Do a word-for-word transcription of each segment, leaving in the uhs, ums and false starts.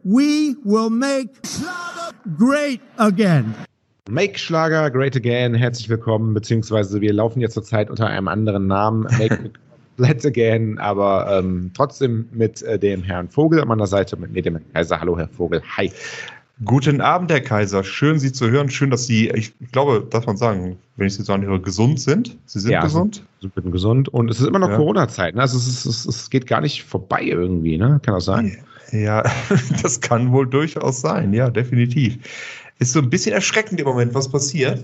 We will make Schlager great again. Make Schlager great again. Herzlich willkommen, beziehungsweise wir laufen jetzt zurzeit unter einem anderen Namen. Make Let's again, aber ähm, trotzdem mit äh, dem Herrn Vogel an meiner Seite, mit mir, dem Kaiser. Hallo, Herr Vogel. Hi. Guten Abend, Herr Kaiser. Schön, Sie zu hören. Schön, dass Sie, ich glaube, darf man sagen, wenn ich Sie so anhöre, gesund sind. Sie sind ja, gesund? Sie sind gesund. Und es ist immer noch ja. Corona-Zeit. Ne? Also es, ist, es, es geht gar nicht vorbei irgendwie. Ne? Kann das sein? Ja, das kann wohl durchaus sein. Ja, definitiv. Ist so ein bisschen erschreckend im Moment, was passiert.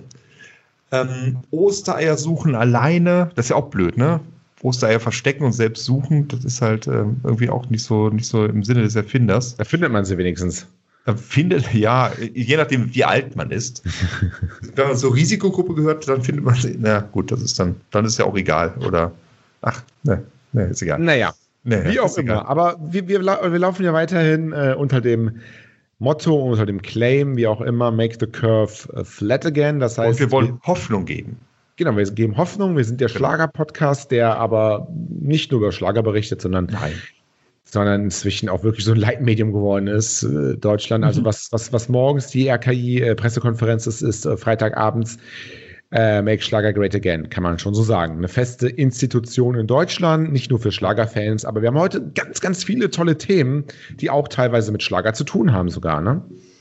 Ähm, Ostereier suchen alleine. Das ist ja auch blöd, ne? Ostereier verstecken und selbst suchen. Das ist halt ähm, irgendwie auch nicht so, nicht so im Sinne des Erfinders. Da findet man sie wenigstens. Findet, ja, je nachdem, wie alt man ist. Wenn man zur Risikogruppe gehört, dann findet man, na gut, das ist dann, dann ist ja auch egal, oder, ach, ne, ne, ist egal. Naja, naja, wie auch immer, egal. aber wir, wir, wir laufen ja weiterhin äh, unter dem Motto, unter dem Claim, wie auch immer, make the curve flat again, das heißt. Und wir wollen Hoffnung geben. Genau, wir geben Hoffnung, wir sind der Schlager-Podcast, der aber nicht nur über Schlager berichtet, sondern Nein. sondern inzwischen auch wirklich so ein Leitmedium geworden ist, äh, Deutschland. Also mhm. was, was, was morgens die R K I-Pressekonferenz ist, ist äh, Freitagabends äh, Make Schlager Great Again, kann man schon so sagen. Eine feste Institution in Deutschland, nicht nur für Schlagerfans, aber wir haben heute ganz, ganz viele tolle Themen, die auch teilweise mit Schlager zu tun haben sogar, ne?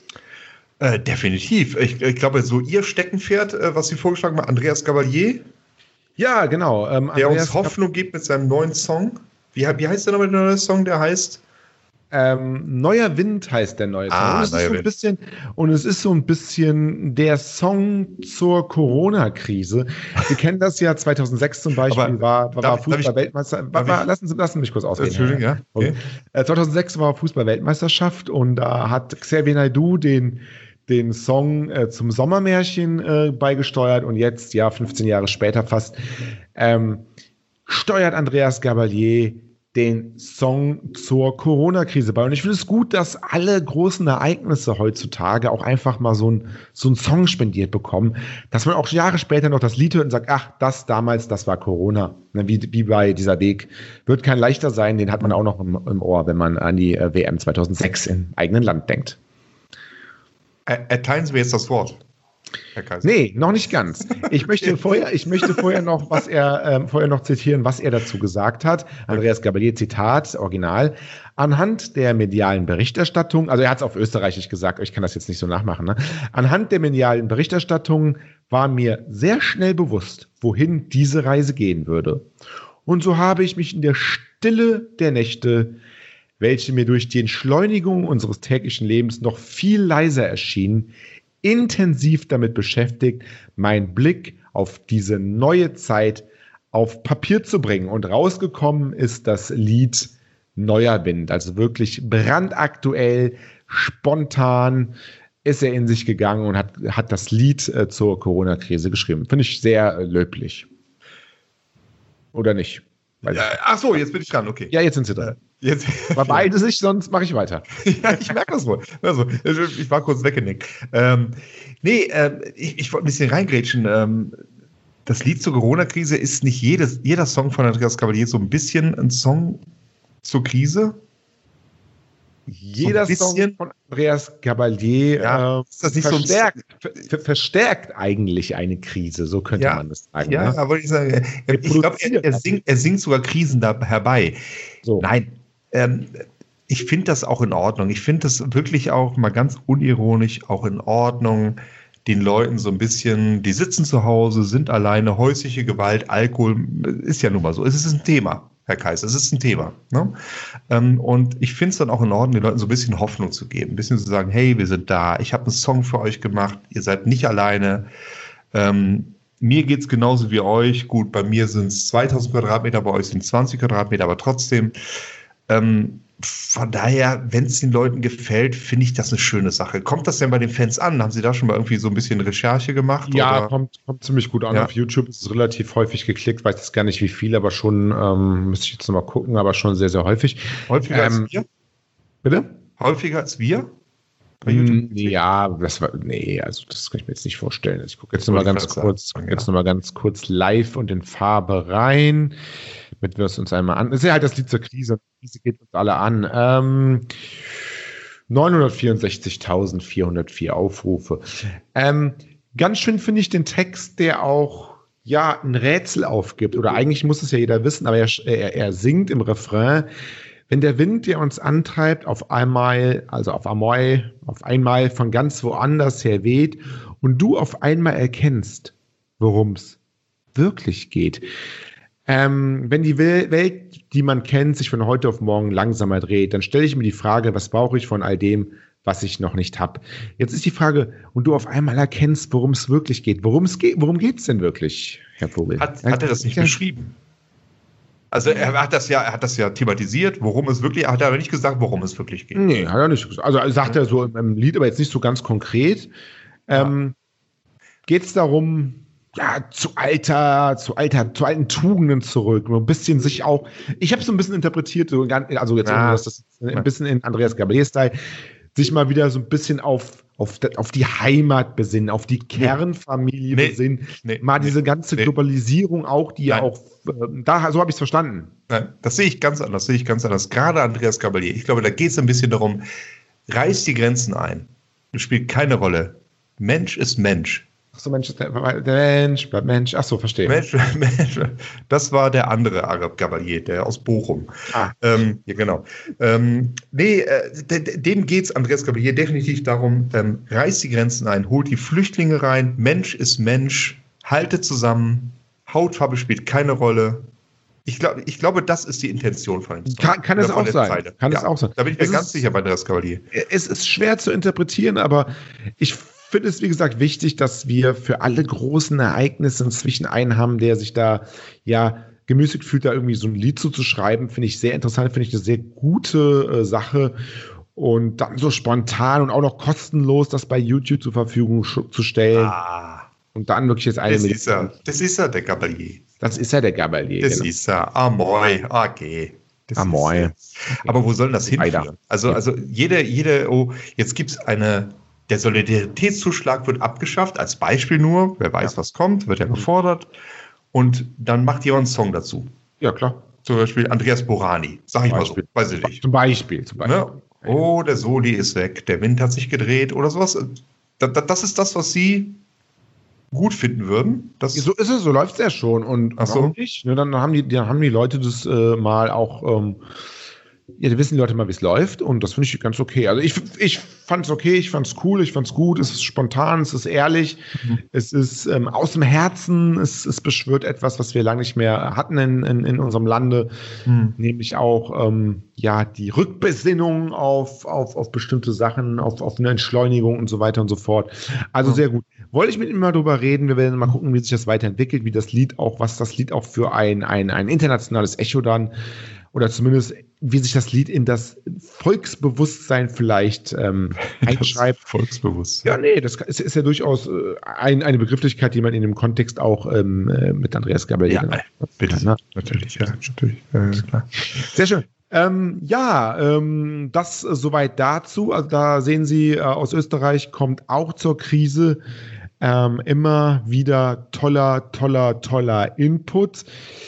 Äh, definitiv. Ich, ich glaube, so Ihr Steckenpferd, äh, was Sie vorgeschlagen haben, Andreas Gabalier. Ja, genau. Ähm, der Andreas uns Hoffnung gibt mit seinem neuen Song. Wie, wie heißt der nochmal der neue Song? Der heißt ähm, Neuer Wind heißt der neue Song. Ah, und, es neuer ist so ein bisschen, und es ist so ein bisschen der Song zur Corona-Krise. Sie kennen das ja, zweitausendsechs zum Beispiel Aber war, war, darf, war Fußball-Weltmeister. Lassen Sie, lassen Sie mich kurz ausreden. Entschuldigung, ja. Okay. Okay. zweitausendsechs war Fußball-Weltmeisterschaft und da hat Xavier Naidoo den den Song äh, zum Sommermärchen äh, beigesteuert und jetzt, ja, fünfzehn Jahre später fast, ähm, steuert Andreas Gabalier den Song zur Corona-Krise bei. Und ich finde es gut, dass alle großen Ereignisse heutzutage auch einfach mal so, ein, so einen Song spendiert bekommen, dass man auch Jahre später noch das Lied hört und sagt, ach, das damals, das war Corona. Wie, wie bei dieser Weg. Wird kein leichter sein, den hat man auch noch im, im Ohr, wenn man an die äh, W M zweitausendsechs im eigenen Land denkt. Erteilen Sie mir jetzt das Wort, Herr Kaiser. Nee, noch nicht ganz. Ich möchte vorher, ich möchte vorher noch, was er ähm, vorher noch zitieren, was er dazu gesagt hat. Andreas Gabalier, Zitat, Original. Anhand der medialen Berichterstattung, also er hat es auf Österreichisch gesagt, ich kann das jetzt nicht so nachmachen, ne? Anhand der medialen Berichterstattung war mir sehr schnell bewusst, wohin diese Reise gehen würde. Und so habe ich mich in der Stille der Nächte, welche mir durch die Entschleunigung unseres täglichen Lebens noch viel leiser erschienen, intensiv damit beschäftigt, meinen Blick auf diese neue Zeit auf Papier zu bringen. Und rausgekommen ist das Lied Neuer Wind. Also wirklich brandaktuell, spontan ist er in sich gegangen und hat, hat das Lied äh, zur Corona-Krise geschrieben. Finde ich sehr äh, löblich. Oder nicht? Ja, ach so, jetzt bin ich dran, okay. Ja, jetzt sind Sie dran. Jetzt. Aber beide sich, sonst mache ich weiter. Ja, ich merke das wohl. Also, ich war kurz weggenickt. Ähm, nee, äh, ich, ich wollte ein bisschen reingrätschen. Ähm, das Lied zur Corona-Krise ist nicht jedes, jeder Song von Andreas Gabalier so ein bisschen ein Song zur Krise? Jeder so Song von Andreas Gabalier ja, äh, ist das nicht verstärkt, so ver verstärkt eigentlich eine Krise, so könnte ja, man das sagen. Ja, ne? aber ich sage, ich glaube, er, er, singt, er singt sogar Krisen da herbei. So. Nein, ähm, ich finde das auch in Ordnung. Ich finde das wirklich auch mal ganz unironisch auch in Ordnung, den Leuten so ein bisschen, die sitzen zu Hause, sind alleine, häusliche Gewalt, Alkohol, ist ja nun mal so. Es ist ein Thema, Herr Kaiser, es ist ein Thema. Ne? Ähm, und ich finde es dann auch in Ordnung, den Leuten so ein bisschen Hoffnung zu geben, ein bisschen zu sagen, hey, wir sind da, ich habe einen Song für euch gemacht, ihr seid nicht alleine. Ähm, mir geht es genauso wie euch. Gut, bei mir sind es zweitausend Quadratmeter, bei euch sind es zwanzig Quadratmeter, aber trotzdem. Ähm, von daher, wenn es den Leuten gefällt, finde ich das eine schöne Sache. Kommt das denn bei den Fans an? Haben Sie da schon mal irgendwie so ein bisschen Recherche gemacht? Ja, oder? Kommt, kommt ziemlich gut an. Ja. Auf YouTube ist es relativ häufig geklickt, weiß jetzt gar nicht wie viel, aber schon, ähm, müsste ich jetzt nochmal gucken, aber schon sehr, sehr häufig. Häufiger ähm, als wir? Bitte? Häufiger als wir? Bei YouTube? Ja, das war, nee, also das kann ich mir jetzt nicht vorstellen. Also ich gucke jetzt nochmal ganz kurz, sagen, jetzt ja. noch mal ganz kurz live und in Farbe rein, damit wir es uns einmal an. Das ist ja halt das Lied zur Krise. Die Krise geht uns alle an. Ähm, neunhundertvierundsechzigtausendvierhundertvier Aufrufe. Ähm, ganz schön finde ich den Text, der auch ja ein Rätsel aufgibt. Oder eigentlich muss es ja jeder wissen, aber er, er, er singt im Refrain: Wenn der Wind, der uns antreibt, auf einmal, also auf einmal, auf einmal von ganz woanders her weht und du auf einmal erkennst, worum es wirklich geht. Ähm, wenn die Welt, die man kennt, sich von heute auf morgen langsamer dreht, dann stelle ich mir die Frage, was brauche ich von all dem, was ich noch nicht habe? Jetzt ist die Frage, und du auf einmal erkennst, worum es wirklich geht. Worum es geht, worum geht es denn wirklich, Herr Vogel? Hat, hat er das nicht beschrieben? Also er hat das ja, er hat das ja thematisiert, worum es wirklich, hat er aber nicht gesagt, worum es wirklich geht. Nee, hat er nicht gesagt. Also sagt er so im Lied, aber jetzt nicht so ganz konkret. Ähm, ja. Geht es darum, ja, zu alter, zu alter, zu alten Tugenden zurück, ein bisschen sich auch, ich habe es so ein bisschen interpretiert, so, also jetzt ja. das ist ein bisschen in Andreas Gabalier-Style, sich mal wieder so ein bisschen auf, auf, auf die Heimat besinnen, auf die Kernfamilie nee. besinnen, nee. mal nee. diese ganze nee. Globalisierung auch, die ja auch, äh, da, so habe ich es verstanden. Nein, das sehe ich ganz anders, das sehe ich ganz anders. Gerade Andreas Gabalier, ich glaube, da geht es ein bisschen darum, reiß die Grenzen ein. Das spielt keine Rolle. Mensch ist Mensch. Ach so, Mensch, der, der Mensch, bleibt Mensch. Ach so, verstehe. Mensch, Mensch, das war der andere Arab Gabalier, der aus Bochum. Ah. Ähm, ja, genau. Ähm, nee, äh, dem geht es, Andreas Gabalier, definitiv darum, ähm, reißt die Grenzen ein, holt die Flüchtlinge rein, Mensch ist Mensch, haltet zusammen, Hautfarbe spielt keine Rolle. Ich, glaub, ich glaube, das ist die Intention von ihm. Kann, kann es auch sein. Kann ja, es auch sein. Da bin ich mir es ganz ist, sicher bei Andreas Gabalier. Es ist schwer zu interpretieren, aber ich Ich finde es, wie gesagt, wichtig, dass wir für alle großen Ereignisse inzwischen einen haben, der sich da ja gemüßigt fühlt, da irgendwie so ein Lied zuzuschreiben. Finde ich sehr interessant, finde ich eine sehr gute äh, Sache. Und dann so spontan und auch noch kostenlos das bei YouTube zur Verfügung zu stellen. Ah, und dann wirklich jetzt eine das ist er, das ist er, der Gabalier. Das ist er, der Gabalier. Das genau. ist er. Ah, moi, okay. Ah, moi. Aber wo soll das hinführen? Also, also jede, jede, oh, jetzt gibt es eine. Der Solidaritätszuschlag wird abgeschafft, als Beispiel nur. Wer weiß, ja. was kommt, wird ja gefordert. Und dann macht jemand einen Song dazu. Ja, klar. Zum Beispiel Andreas Borani. Sag ich mal so. Weiß ich nicht. Zum Beispiel. Zum Beispiel. Ne? Oh, der Soli ist weg. Der Wind hat sich gedreht oder sowas. Das ist das, was Sie gut finden würden. Das so ist es, so läuft es ja schon. Und Ach so. nicht? Ne, dann, haben die, dann haben die Leute das äh, mal auch. Ähm, Ja, da wissen die Leute mal, wie es läuft, und das finde ich ganz okay. Also ich, ich fand es okay, ich fand es cool, ich fand es gut, es ist spontan, es ist ehrlich, mhm. es ist ähm, aus dem Herzen, es, es beschwört etwas, was wir lange nicht mehr hatten in, in, in unserem Lande, mhm. nämlich auch ähm, ja, die Rückbesinnung auf, auf, auf bestimmte Sachen, auf, auf eine Entschleunigung und so weiter und so fort. Also mhm. sehr gut. Wollte ich mit ihm mal drüber reden, wir werden mal gucken, wie sich das weiterentwickelt, wie das Lied auch, was das Lied auch für ein, ein, ein internationales Echo dann, oder zumindest wie sich das Lied in das Volksbewusstsein vielleicht ähm, einschreibt. Volksbewusstsein. Ja, nee, das ist, ist ja durchaus äh, ein, eine Begrifflichkeit, die man in dem Kontext auch ähm, äh, mit Andreas Gabalier. Ja, bitte, kann, ne? natürlich, ja, natürlich. Äh, klar. Sehr schön. Ähm, ja, ähm, das äh, soweit dazu. Also da sehen Sie, äh, aus Österreich kommt auch zur Krise ähm, immer wieder toller, toller, toller Input.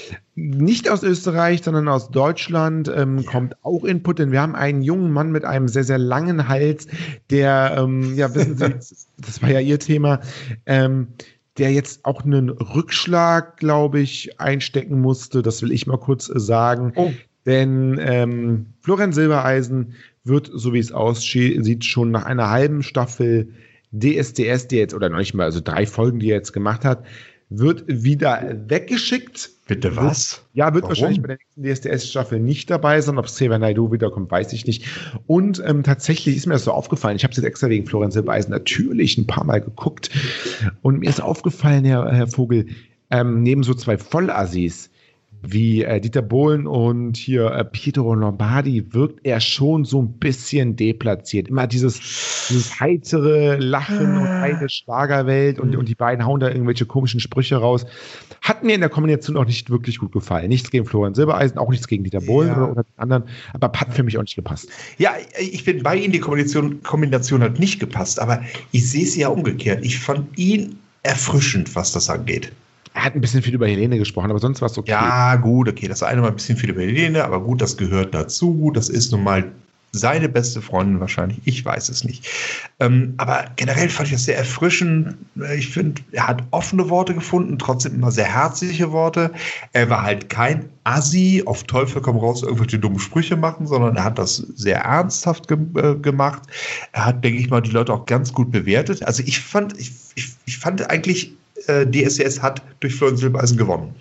Nicht aus Österreich, sondern aus Deutschland ähm, ja. kommt auch Input, denn wir haben einen jungen Mann mit einem sehr, sehr langen Hals, der, ähm, ja, wissen Sie, das war ja Ihr Thema, ähm, der jetzt auch einen Rückschlag, glaube ich, einstecken musste. Das will ich mal kurz äh, sagen. Oh. Denn ähm, Florian Silbereisen wird, so wie es aussieht, schon nach einer halben Staffel D S D S, die jetzt, oder noch nicht mal, also drei Folgen, die er jetzt gemacht hat, wird wieder weggeschickt. Bitte was? Wird, ja, wird Warum? Wahrscheinlich bei der nächsten D S D S-Staffel nicht dabei sein. Ob Xavier Naidoo wiederkommt, weiß ich nicht. Und ähm, tatsächlich ist mir das so aufgefallen. Ich habe es jetzt extra wegen Florian Silbereisen natürlich ein paar Mal geguckt. Und mir ist aufgefallen, Herr, Herr Vogel, ähm, neben so zwei Vollassis wie äh, Dieter Bohlen und hier äh, Pietro Lombardi wirkt er schon so ein bisschen deplatziert. Immer dieses, dieses heitere Lachen und heile Schlagerwelt und, und die beiden hauen da irgendwelche komischen Sprüche raus. Hat mir in der Kombination auch nicht wirklich gut gefallen. Nichts gegen Florian Silbereisen, auch nichts gegen Dieter Bohlen ja. oder, oder den anderen, aber hat für mich auch nicht gepasst. Ja, ich bin bei Ihnen, die Kombination, Kombination hat nicht gepasst, aber ich sehe es ja umgekehrt. Ich fand ihn erfrischend, was das angeht. Er hat ein bisschen viel über Helene gesprochen, aber sonst war es okay. Ja, gut, okay. Das eine war ein bisschen viel über Helene, aber gut, das gehört dazu. Das ist nun mal seine beste Freundin wahrscheinlich, ich weiß es nicht. Ähm, aber generell fand ich das sehr erfrischend. Ich finde, er hat offene Worte gefunden, trotzdem immer sehr herzliche Worte. Er war halt kein Assi, auf Teufel komm raus, irgendwelche dummen Sprüche machen, sondern er hat das sehr ernsthaft ge äh, gemacht. Er hat, denke ich mal, die Leute auch ganz gut bewertet. Also ich fand, ich, ich, ich fand eigentlich, äh, D S D S hat durch Florian Silbereisen gewonnen.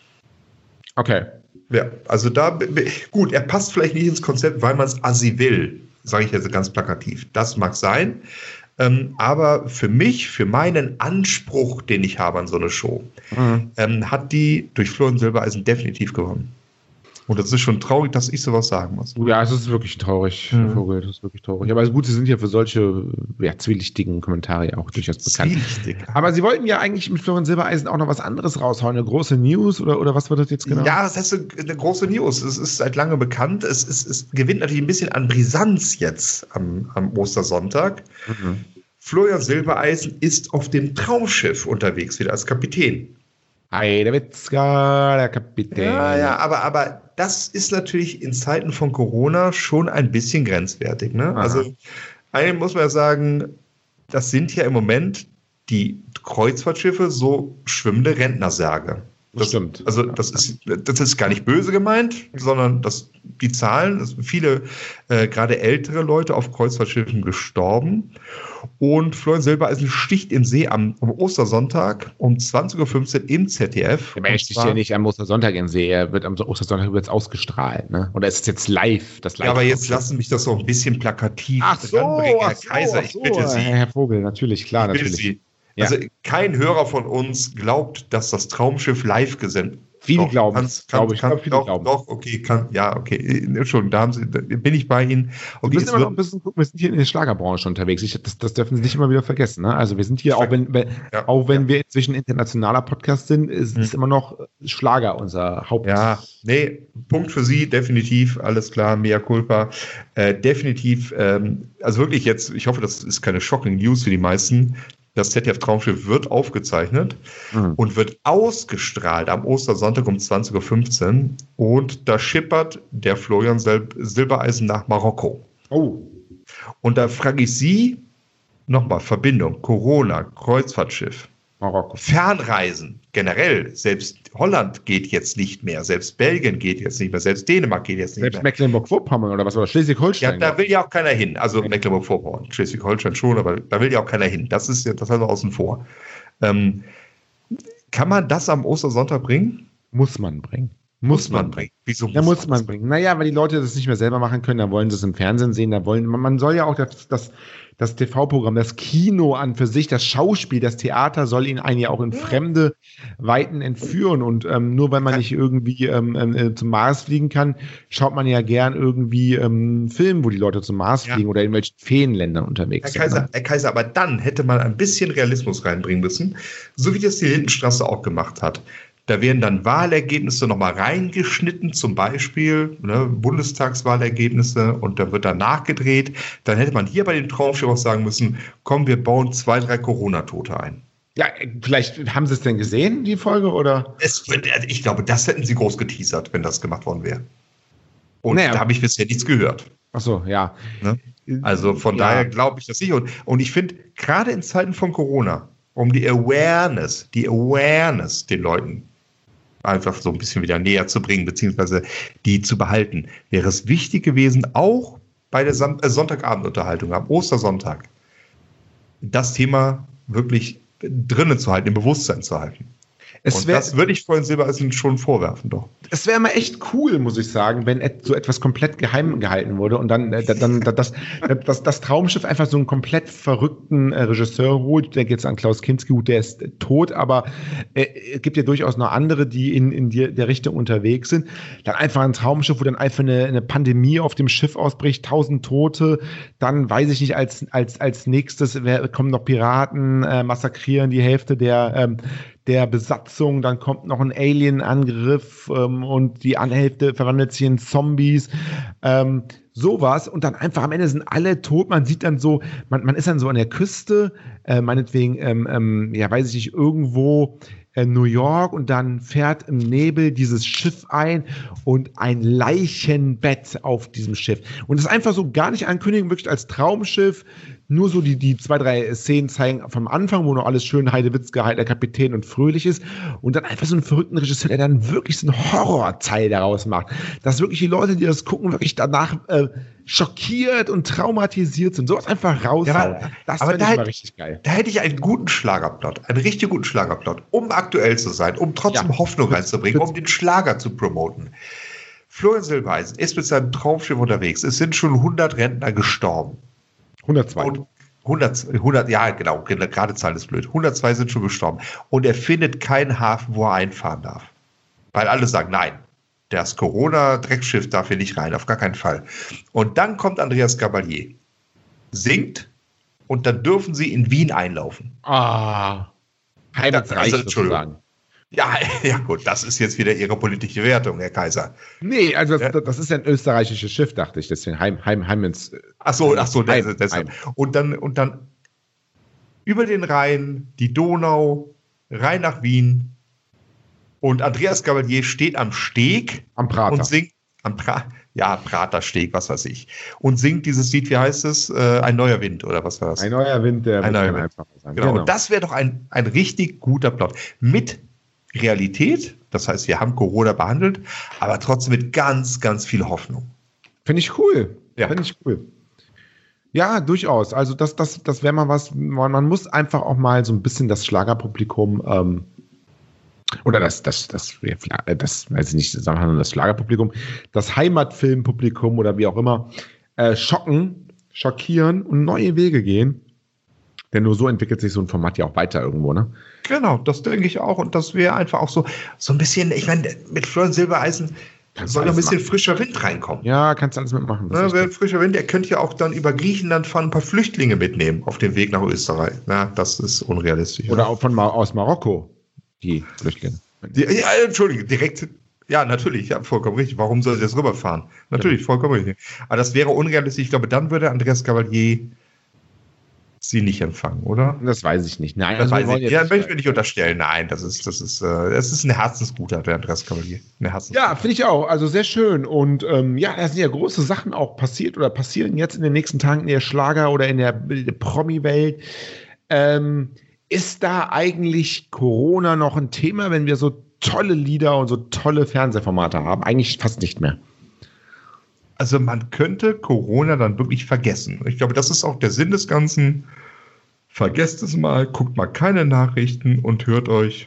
Okay. Ja, also da, gut, er passt vielleicht nicht ins Konzept, weil man es assi will, sage ich jetzt ganz plakativ. Das mag sein, ähm, aber für mich, für meinen Anspruch, den ich habe an so eine Show, mhm. ähm, hat die durch Florian Silbereisen definitiv gewonnen. Und das ist schon traurig, dass ich sowas sagen muss. Ja, es ist wirklich traurig, mhm. Vogel, das ist wirklich traurig. Aber gut, Sie sind ja für solche ja, zwielichtigen Kommentare auch durchaus bekannt. Zwielichtig. Aber Sie wollten ja eigentlich mit Florian Silbereisen auch noch was anderes raushauen, eine große News oder, oder was war das jetzt genau? Ja, das heißt eine große News. Es ist seit langem bekannt. Es, ist, es gewinnt natürlich ein bisschen an Brisanz jetzt am, am Ostersonntag. Mhm. Florian Silbereisen ist auf dem Traumschiff unterwegs, wieder als Kapitän. Hey, der Witzka, der Kapitän. Ja, ja, aber, aber das ist natürlich in Zeiten von Corona schon ein bisschen grenzwertig. Ne? Also eigentlich muss man ja sagen, das sind ja im Moment die Kreuzfahrtschiffe so schwimmende Rentnersärge. Das stimmt. Also das ist, das ist gar nicht böse gemeint, sondern das, die Zahlen, es sind viele, äh, gerade ältere Leute auf Kreuzfahrtschiffen gestorben. Und Florian Silbereisen sticht im See am, am Ostersonntag um zwanzig Uhr fünfzehn im Z D F. Aber er sticht ja nicht am Ostersonntag im See, er wird am Ostersonntag jetzt ausgestrahlt, ne? Oder ist es jetzt live? Das live ja, aber jetzt lassen mich das so ein bisschen plakativ ach so, ranbringen, Herr ach so, Kaiser, ich so, bitte Sie. Herr Vogel, natürlich, klar, ich natürlich. Sie. Ja. Also kein Hörer von uns glaubt, dass das Traumschiff live gesendet. Viele glauben es, glaube ich. Kann, viele doch, glauben. Doch, okay, kann, ja, okay. Entschuldigung, da haben Sie, da bin ich bei Ihnen. Okay, wir müssen immer noch ein bisschen gucken, wir sind hier in der Schlagerbranche unterwegs. Ich, das, das dürfen Sie nicht immer wieder vergessen. Ne? Also wir sind hier, auch wenn, wenn, ja, auch wenn ja. wir inzwischen internationaler Podcast sind, ist, hm. ist immer noch Schlager unser Haupt. Ja, nee, Punkt für Sie, definitiv, alles klar, mea culpa. Äh, definitiv, ähm, also wirklich jetzt, ich hoffe, das ist keine shocking News für die meisten. Das Z D F-Traumschiff wird aufgezeichnet mhm. und wird ausgestrahlt am Ostersonntag um zwanzig Uhr fünfzehn. Und da schippert der Florian Sil- Silbereisen nach Marokko. Oh. Und da frage ich Sie nochmal, Verbindung, Corona, Kreuzfahrtschiff, Marokko. Fernreisen, generell, selbst Holland geht jetzt nicht mehr, selbst Belgien geht jetzt nicht mehr, selbst Dänemark geht jetzt nicht selbst mehr. Selbst Mecklenburg-Vorpommern oder was, oder Schleswig-Holstein? Ja, da will ja auch keiner hin, also okay. Mecklenburg-Vorpommern, Schleswig-Holstein schon, aber da will ja auch keiner hin, das ist ja, das haben wir außen vor. Ähm, kann man das am Ostersonntag bringen? Muss man bringen. Muss man bringen. Wieso muss, ja, muss man bringen? Naja, weil die Leute das nicht mehr selber machen können, da wollen sie es im Fernsehen sehen, da wollen, man soll ja auch das, das, das T V-Programm, das Kino an für sich, das Schauspiel, das Theater soll ihn einen ja auch in fremde Weiten entführen und ähm, nur weil man nicht irgendwie ähm, äh, zum Mars fliegen kann, schaut man ja gern irgendwie ähm, Filme, wo die Leute zum Mars ja. fliegen oder in welchen Feenländern unterwegs Herr Kaiser, sind. Ne? Herr Kaiser, aber dann hätte man ein bisschen Realismus reinbringen müssen, so wie das die Lindenstraße auch gemacht hat. Da werden dann Wahlergebnisse nochmal reingeschnitten, zum Beispiel ne, Bundestagswahlergebnisse, und da wird dann nachgedreht. Dann hätte man hier bei dem Traumschiff auch sagen müssen, komm, wir bauen zwei, drei Corona-Tote ein. Ja, vielleicht haben Sie es denn gesehen, die Folge, oder? Es, ich glaube, das hätten Sie groß geteasert, wenn das gemacht worden wäre. Und naja. Da habe ich bisher nichts gehört. Ach so, ja. Ne? Also von ja. daher glaube ich das nicht. Und, und ich finde, gerade in Zeiten von Corona, um die Awareness, die Awareness den Leuten einfach so ein bisschen wieder näher zu bringen, beziehungsweise die zu behalten, wäre es wichtig gewesen, auch bei der Son- äh, Sonntagabendunterhaltung am Ostersonntag, das Thema wirklich drinnen zu halten, im Bewusstsein zu halten. Es und wär, das würde ich Florian Silbereisen schon vorwerfen, doch. Es wäre mal echt cool, muss ich sagen, wenn so etwas komplett geheim gehalten wurde und dann, äh, dann das, das, das Traumschiff einfach so einen komplett verrückten äh, Regisseur holt. Der geht jetzt an Klaus Kinski, gut, der ist äh, tot, aber äh, es gibt ja durchaus noch andere, die in, in die, der Richtung unterwegs sind. Dann einfach ein Traumschiff, wo dann einfach eine, eine Pandemie auf dem Schiff ausbricht, tausend Tote, dann weiß ich nicht, als, als, als nächstes wer, kommen noch Piraten, äh, massakrieren die Hälfte der ähm, der Besatzung, dann kommt noch ein Alien-Angriff ähm, und die Hälfte verwandelt sich in Zombies, ähm, sowas, und dann einfach am Ende sind alle tot, man sieht dann so, man, man ist dann so an der Küste, äh, meinetwegen, ähm, ähm, ja, weiß ich nicht, irgendwo äh, New York und dann fährt im Nebel dieses Schiff ein und ein Leichenbett auf diesem Schiff. Und das ist einfach so gar nicht ankündigen, wirklich als Traumschiff. Nur so die, die zwei, drei Szenen zeigen vom Anfang, wo noch alles schön Heidewitzka, halt der Kapitän und fröhlich ist. Und dann einfach so einen verrückten Regisseur, der dann wirklich so einen Horrorteil daraus macht. Dass wirklich die Leute, die das gucken, wirklich danach äh, schockiert und traumatisiert sind. Sowas einfach raus. Ja, das aber finde da ich mal hätte- richtig geil. Da hätte ich einen guten Schlagerplot, einen richtig guten Schlagerplot, um aktuell zu sein, um trotzdem Ja. Hoffnung reinzubringen, Bitte. um den Schlager zu promoten. Florian Silbereisen ist mit seinem Traumschiff unterwegs. Es sind schon hundert Rentner gestorben. hundertzwei. Und hundert, hundert, ja, genau, gerade Zahl ist blöd. hundertzwei sind schon gestorben. Und er findet keinen Hafen, wo er einfahren darf. Weil alle sagen, nein, das Corona-Dreckschiff darf hier nicht rein, auf gar keinen Fall. Und dann kommt Andreas Gabalier, singt und dann dürfen sie in Wien einlaufen. Ah. Heimatsreich Also, Entschuldigung. sozusagen. Ja, ja gut, das ist jetzt wieder Ihre politische Wertung, Herr Kaiser. Nee, also Ja. das, das ist ja ein österreichisches Schiff, dachte ich. Deswegen Heim, Heim, Heim ins. Ach so, ach so, Heim, das, deshalb. Heim. Und dann, und dann über den Rhein, die Donau, rein nach Wien. Und Andreas Gabalier steht am Steg Am Prater. und singt am pra ja, Pratersteg, was weiß ich. Und singt dieses Lied, wie heißt es? Äh, ein neuer Wind oder was war das? Ein neuer Wind, der Ein neuer kann Wind. einfacher sein. Genau. Und das wäre doch ein, ein richtig guter Plot. Mit Realität, das heißt, wir haben Corona behandelt, aber trotzdem mit ganz, ganz viel Hoffnung. Finde ich cool. Ja. Finde ich cool. Ja, durchaus. Also das, das, das wäre mal was, man, man muss einfach auch mal so ein bisschen das Schlagerpublikum ähm, oder das, das, das, das, das, weiß ich nicht, sagen wir das Schlagerpublikum, das Heimatfilmpublikum oder wie auch immer, äh, schocken, schockieren und neue Wege gehen. Denn nur so entwickelt sich so ein Format ja auch weiter irgendwo, ne? Genau, das denke ich auch. Und das wäre einfach auch so, so ein bisschen, ich meine, mit Florian Silbereisen Kannst soll du noch ein alles bisschen machen. frischer Wind reinkommen. Ja, kannst du alles mitmachen. Das Ne, ist wer richtig. frischer Wind, der könnte ja auch dann über Griechenland fahren, ein paar Flüchtlinge mitnehmen auf dem Weg nach Österreich. Na, das ist unrealistisch. Oder auch von Ma aus Marokko, die Flüchtlinge. Die, ja, Entschuldige, direkt. Ja, natürlich, ja, vollkommen richtig. Warum soll sie jetzt rüberfahren? Natürlich, vollkommen richtig. Aber das wäre unrealistisch. Ich glaube, dann würde Andreas Gabalier sie nicht empfangen, oder? Das weiß ich nicht. Nein, Das also wir weiß wollen ich. jetzt Ja, nicht- möchte ich mir nicht unterstellen. Nein, das ist, das ist, äh, das ist ein Herzensguter, der Andreas Gabalier. Eine Herzensguter. Ja, finde ich auch. Also sehr schön. Und ähm, ja, da sind ja große Sachen auch passiert oder passieren jetzt in den nächsten Tagen in der Schlager- oder in der, der Promi-Welt. Ähm, ist da eigentlich Corona noch ein Thema, wenn wir so tolle Lieder und so tolle Fernsehformate haben? Eigentlich fast nicht mehr. Also man könnte Corona dann wirklich vergessen. Ich glaube, das ist auch der Sinn des Ganzen. Vergesst es mal, guckt mal keine Nachrichten und hört euch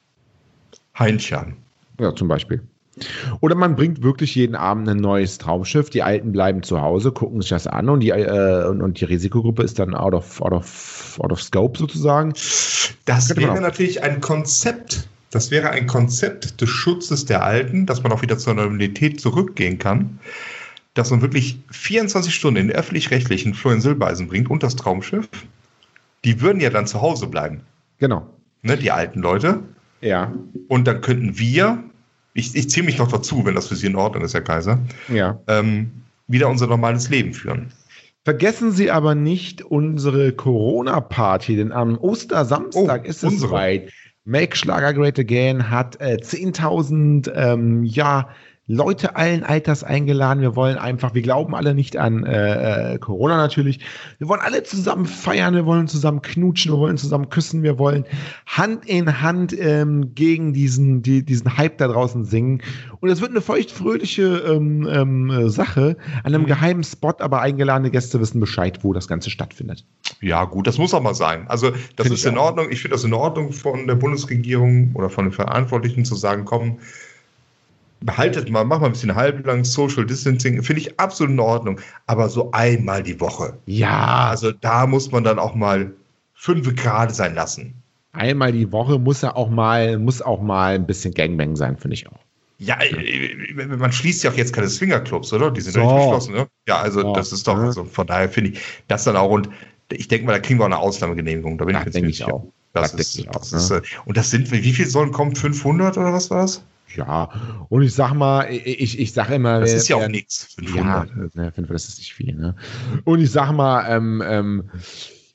Heinz an. Ja, zum Beispiel. Oder man bringt wirklich jeden Abend ein neues Traumschiff. Die Alten bleiben zu Hause, gucken sich das an und die, äh, und, und die Risikogruppe ist dann out of, out of, out of scope sozusagen. Das Könnte man wäre auch. natürlich ein Konzept. Das wäre ein Konzept des Schutzes der Alten, dass man auch wieder zur Normalität zurückgehen kann. Dass man wirklich vierundzwanzig Stunden in den öffentlich-rechtlichen Florian Silbereisen bringt und das Traumschiff. Die würden ja dann zu Hause bleiben, Genau. ne, die alten Leute. Ja. Und dann könnten wir, ich, ich ziehe mich noch dazu, wenn das für Sie in Ordnung ist, Herr Kaiser, Ja. ähm, wieder unser normales Leben führen. Vergessen Sie aber nicht unsere Corona-Party, denn am Ostersamstag Oh, ist es unsere. soweit. Make Schlager Great Again hat äh, zehntausend ähm, ja, Leute allen Alters eingeladen. Wir wollen einfach, wir glauben alle nicht an äh, äh, Corona natürlich. Wir wollen alle zusammen feiern, wir wollen zusammen knutschen, wir wollen zusammen küssen, wir wollen Hand in Hand ähm, gegen diesen, die, diesen Hype da draußen singen. Und es wird eine feuchtfröhliche ähm, ähm, Sache an einem Mhm. geheimen Spot, aber eingeladene Gäste wissen Bescheid, wo das Ganze stattfindet. Ja, gut, das muss auch mal sein. Also, das Find ist ich in auch. Ordnung. Ich finde das in Ordnung von der Bundesregierung oder von den Verantwortlichen zu sagen, komm, behaltet mal, mach mal ein bisschen halblang Social Distancing. Finde ich absolut in Ordnung. Aber so einmal die Woche. Ja, Also, da muss man dann auch mal fünf Grad sein lassen. einmal die Woche muss er auch mal, muss auch mal ein bisschen Gangbang sein, finde ich auch. Ja, äh, man schließt ja auch jetzt keine Swingerclubs, oder? Die sind So. doch nicht geschlossen, ne? Ja, also So, das ist doch, ne? also von daher finde ich das dann auch, und ich denke mal, da kriegen wir auch eine Ausnahmegenehmigung. Da bin Das ich mir denke ziemlich ich sicher. auch. Das, Das ist, denke ich auch, das ist, äh, und das sind, wie viel sollen kommen? fünfhundert oder was war das? Ja, und ich sag mal, ich, ich sag immer, Das wer- ist ja auch wer- nichts. Ja, fünfhundert. ne, fünfhundert, das ist nicht viel, ne? Und ich sag mal, ähm, ähm,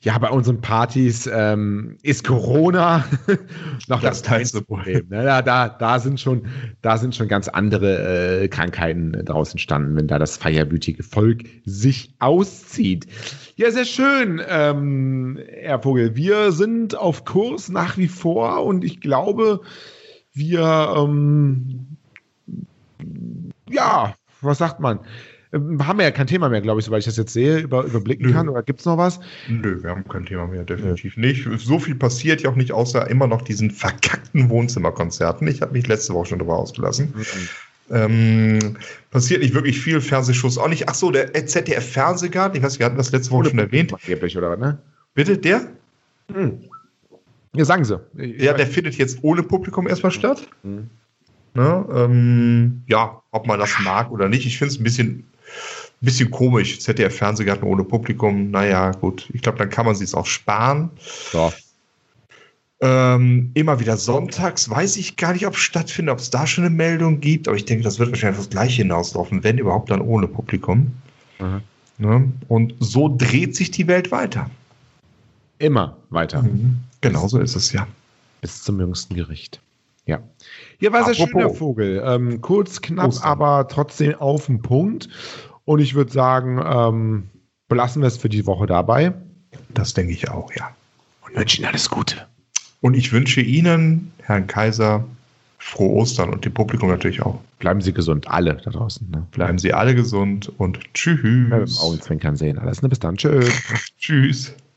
Ja, bei unseren Partys ähm, ist Corona noch das, das kleinste Problem. Ne? Da, da, da, sind schon, da sind schon ganz andere äh, Krankheiten daraus entstanden, wenn da das feierwütige Volk sich auszieht. Ja, sehr schön, ähm, Herr Vogel. Wir sind auf Kurs nach wie vor und ich glaube, wir, ähm, ja, was sagt man? Haben wir ja kein Thema mehr, glaube ich, soweit ich das jetzt sehe, über, überblicken Nö. kann. Oder gibt es noch was? Nö, wir haben kein Thema mehr, definitiv Nö. nicht. So viel passiert ja auch nicht, außer immer noch diesen verkackten Wohnzimmerkonzerten. Ich habe mich letzte Woche schon darüber ausgelassen. Mhm. Ähm, passiert nicht wirklich viel, Fernsehshows auch nicht. Ach so, der Z D F-Fernsehgarten, ich weiß, wir hatten das letzte Woche Ohne schon erwähnt. Oder was, ne? Bitte, der? Hm. Ja, sagen Sie. Ich ja, der findet jetzt ohne Publikum erstmal statt. Mhm. Ne, ähm, ja, ob man das mag oder nicht. Ich finde es ein bisschen, bisschen komisch. Z D F-Fernsehgarten ohne Publikum. Naja, gut. Ich glaube, dann kann man sich auch sparen. Ja. Ähm, immer wieder sonntags. Weiß ich gar nicht, ob es stattfindet, ob es da schon eine Meldung gibt. Aber ich denke, das wird wahrscheinlich das Gleiche hinauslaufen. Wenn überhaupt, dann ohne Publikum. Mhm. Ne? Und so dreht sich die Welt weiter. Immer weiter. Mhm. Genau so ist es, ja. Bis zum jüngsten Gericht. Ja. Hier war sehr schön, der Vogel. Ähm, kurz, knapp, Ostern. Aber trotzdem auf den Punkt. Und ich würde sagen, ähm, belassen wir es für die Woche dabei. Das denke ich auch, ja. Und wünsche Ihnen alles Gute. Und ich wünsche Ihnen, Herrn Kaiser, frohe Ostern und dem Publikum natürlich auch. Bleiben Sie gesund, alle da draußen. Ne? Bleiben Sie alle gesund und tschüss. Ja, mit dem Augenzwinkern sehen alles. Ne? Bis dann. Tschüss. Tschüss.